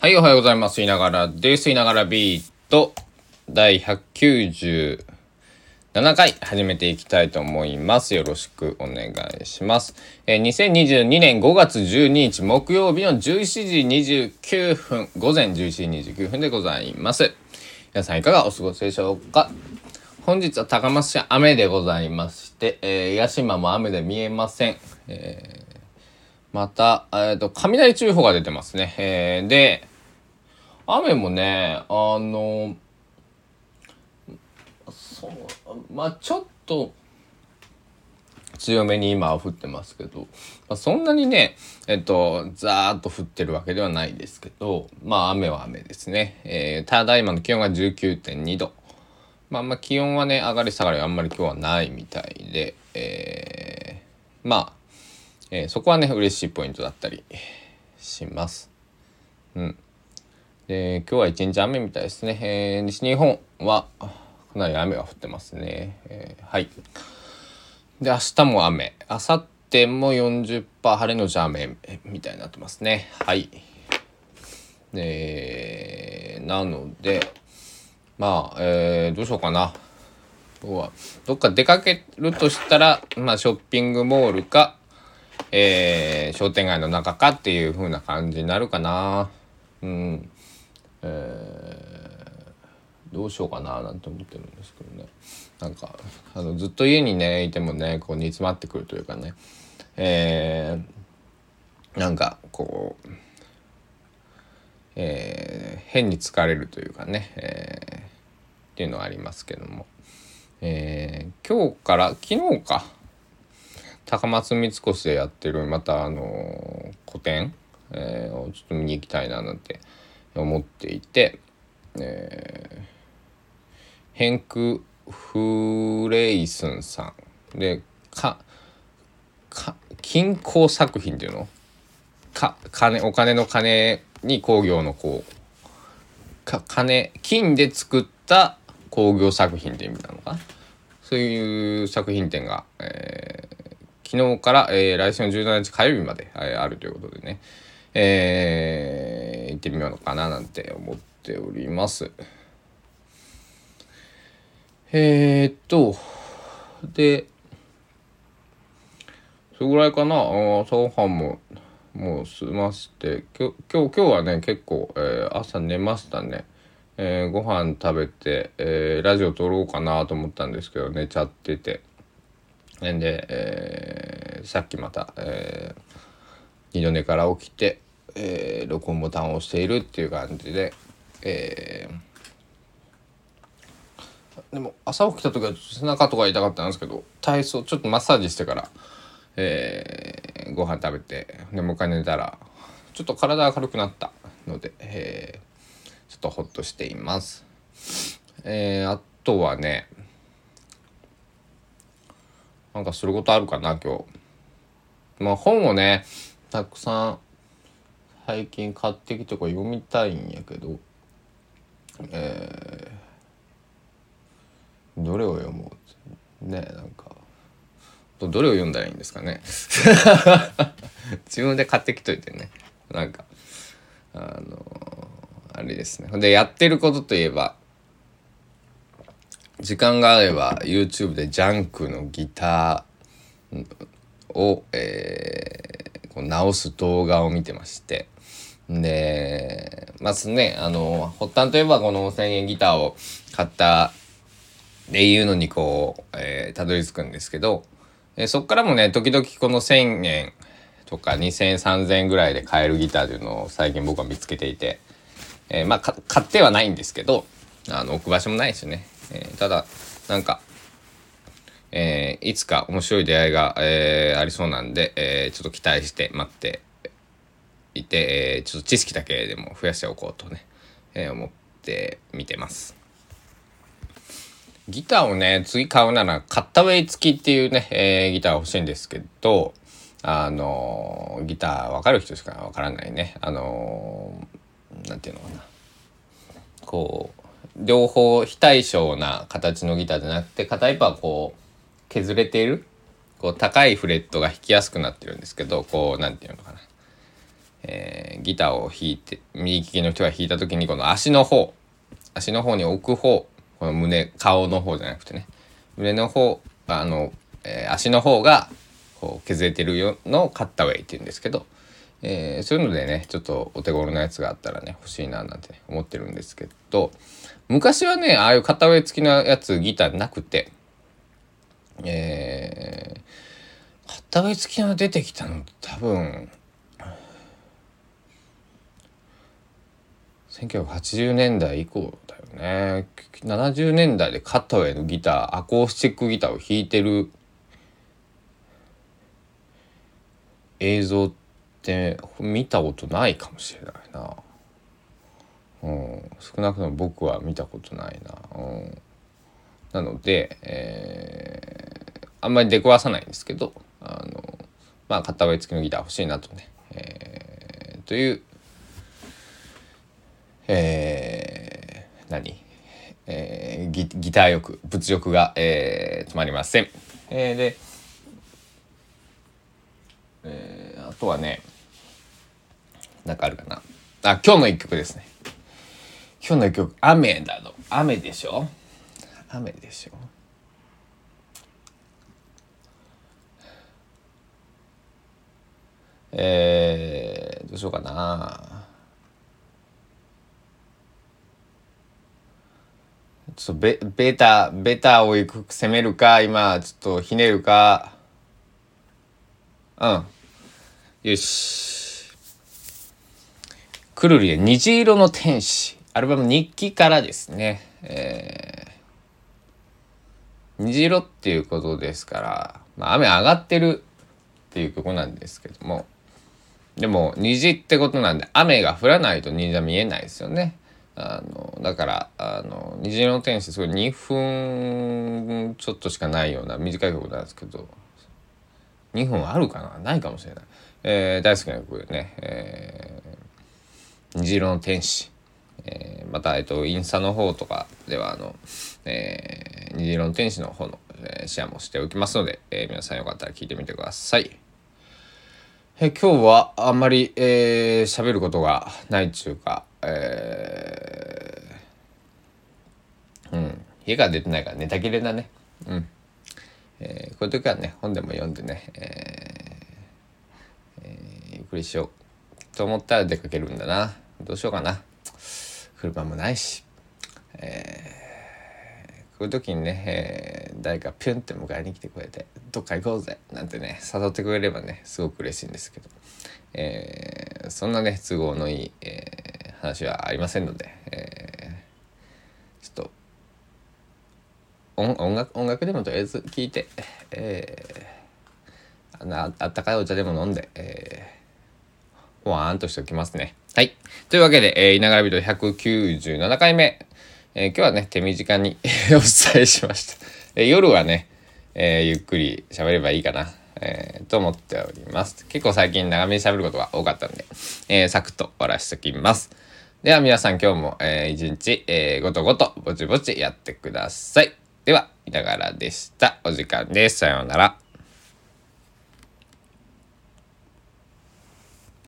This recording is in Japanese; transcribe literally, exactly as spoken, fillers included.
はい、おはようございます。いながらです。いながらビートだいひゃくきゅうじゅうななかい始めていきたいと思います。よろしくお願いします。えー、にせんにじゅうにねんごがつじゅうににち木曜日のじゅうしちじにじゅうきゅうふん、午前じゅうしちじにじゅうきゅうふんでございます。皆さんいかがお過ごしでしょうか。本日は高松市は雨でございまして、えー、屋島も雨で見えません。えー、また、えーと、雷注意報が出てますね。えー、で、雨もね、あの、そう、まあちょっと強めに今は降ってますけど、まあ、そんなにね、えっと、ザーッと降ってるわけではないですけど、まあ雨は雨ですね。えー、ただ今の気温が じゅうきゅうてんにど。まあまあ気温はね、上がり下がりあんまり今日はないみたいで、えー、まあ、えー、そこはね、嬉しいポイントだったりします。うん。で、今日は一日雨みたいですね。えー、西日本はかなり雨が降ってますね。えー、はい。で、明日も雨。明後日も よんじゅっパーセント 晴れのち雨みたいになってますね。はい。で、なので、まあ、えー、どうしようかな。今日はどっか出かけるとしたら、まあ、ショッピングモールか、えー、商店街の中かっていう風な感じになるかな。うん。えー、どうしようかななんて思ってるんですけどね。なんかあのずっと家にねいてもねこう煮詰まってくるというかね、えー、なんかこう、えー、変に疲れるというかね、えー、っていうのはありますけども、えー、今日から昨日か高松三越でやってるまたあのー、個展、えー、をちょっと見に行きたいななんて思っていて、えー、ヘンク・フレイスンさんでかか金工作品っていうのか金お金の金に工業のこうか金金で作った工業作品って意味なのかな。そういう作品展が、えー、昨日から、えー、来週のじゅうしちにち火曜日まで、えー、あるということでね、えー、行ってみようのかななんて思っております。えー、っとでそれぐらいかな。朝ごはんももう済まして今日今日今日はね結構、えー、朝寝ましたね。えー、ご飯食べて、えー、ラジオ撮ろうかなと思ったんですけど寝ちゃっててで、えー、さっきまた、えー、二度寝から起きて、えー、録音ボタンを押しているっていう感じで、えー、でも朝起きた時は背中とか痛かったんですけど体操ちょっとマッサージしてから、えー、ご飯食べてでもう一回寝たらちょっと体が軽くなったので、えー、ちょっとホッとしています。えー、あとはねなんかすることあるかな今日。まあ本をねたくさん最近買ってきてこれ読みたいんやけど、えー、どれを読もうねなんかどれを読んだらいいんですかね自分で買ってきといてねなんかあのー、あれですね。でやってることといえば時間があれば YouTube でジャンクのギターを、えー、こう直す動画を見てましてでまずねあの発端といえばこのせんえんギターを買ったっていうのにこう、えー、たどり着くんですけど、えー、そっからもね時々このせんえんとかにせんえんさんぜんえんぐらいで買えるギターというのを最近僕は見つけていて、えー、まあ買ってはないんですけどあの置く場所もないしね、えー、ただなんか、えー、いつか面白い出会いが、えー、ありそうなんで、えー、ちょっと期待して待っていて、えー、ちょっと知識だけでも増やしておこうとね、えー、思って見てます。ギターをね次買うならカッタウェイ付きっていうね、えー、ギター欲しいんですけどあのー、ギター分かる人しか分からないねあのー、なんていうのかなこう両方非対称な形のギターじゃなくて片一方はこう削れているこう高いフレットが弾きやすくなってるんですけどこうなんていうのかなえー、ギターを弾いて右利きの人が弾いた時にこの足の方足の方に置く方この胸顔の方じゃなくてね胸の方あの、えー、足の方がこう削れてるのをカッタウェイって言うんですけど、えー、そういうのでねちょっとお手頃なやつがあったらね欲しいななんて思ってるんですけど、昔はねああいうカッタウェイ付きのやつギターなくて、えー、カッタウェイ付きの出てきたの多分せんきゅうひゃくはちじゅうねんだい以降だよね。ななじゅうねんだいでカッタウェイのギターアコースティックギターを弾いてる映像って見たことないかもしれないな、うん、少なくとも僕は見たことないな、うん、なので、えー、あんまり出くわさないんですけどあのまあカッタウェイ付きのギター欲しいなとね、えー、というえー、何、えー、ギ, ギター欲物欲が、えー、止まりません、えー、で、えー、あとはねなんかあるかなあ今日の一曲ですね。今日の一曲雨だの雨でしょ雨でしょえー、どうしようかな。ちょっとベベータベータを攻めるか今ちょっとひねるか。うんよし。くるりで虹色の天使アルバム日記からですね、えー、虹色っていうことですから、まあ、雨上がってるっていう曲なんですけども、でも虹ってことなんで雨が降らないと虹は見えないですよね。あのだからあの虹色の天使すごいにふんちょっとしかないような短い曲なんですけど、にふんあるかなないかもしれない、えー、大好きな曲でね、えー、虹色の天使、えー、また、えっと、インスタの方とかではあの、えー、虹色の天使の方の、えー、シェアもしておきますので、えー、皆さんよかったら聞いてみてください。えー、今日はあんまり喋、えー、ることがないっていうか、えー、うん家から出てないからネタ切れだね。うんえー、こういう時はね本でも読んでね、えーえー、ゆっくりしようと思ったら出かけるんだな。どうしようかな。車もないし、えー、こういう時にね、えー、誰かピュンって迎えに来てくれてどっか行こうぜなんてね誘ってくれればねすごく嬉しいんですけど、えー、そんなね都合のいい、えー、話はありませんので、えー、ちょっと音, 音楽音楽でもとりあえず聴いて、えー、あのあったかいお茶でも飲んで、えー、ほわーんとしておきますね。はい。というわけで、えー、いながらビデオひゃくきゅうじゅうななかいめ、えー、今日はね手短にお伝えしました。えー、夜はね、えー、ゆっくり喋ればいいかな、えー、と思っております。結構最近長めに喋ることが多かったんで、えー、サクッと終わらしておきます。では皆さん今日も、えー、一日、えー、ごとごとぼちぼちやってください。では、いながらでした。お時間です。さようなら。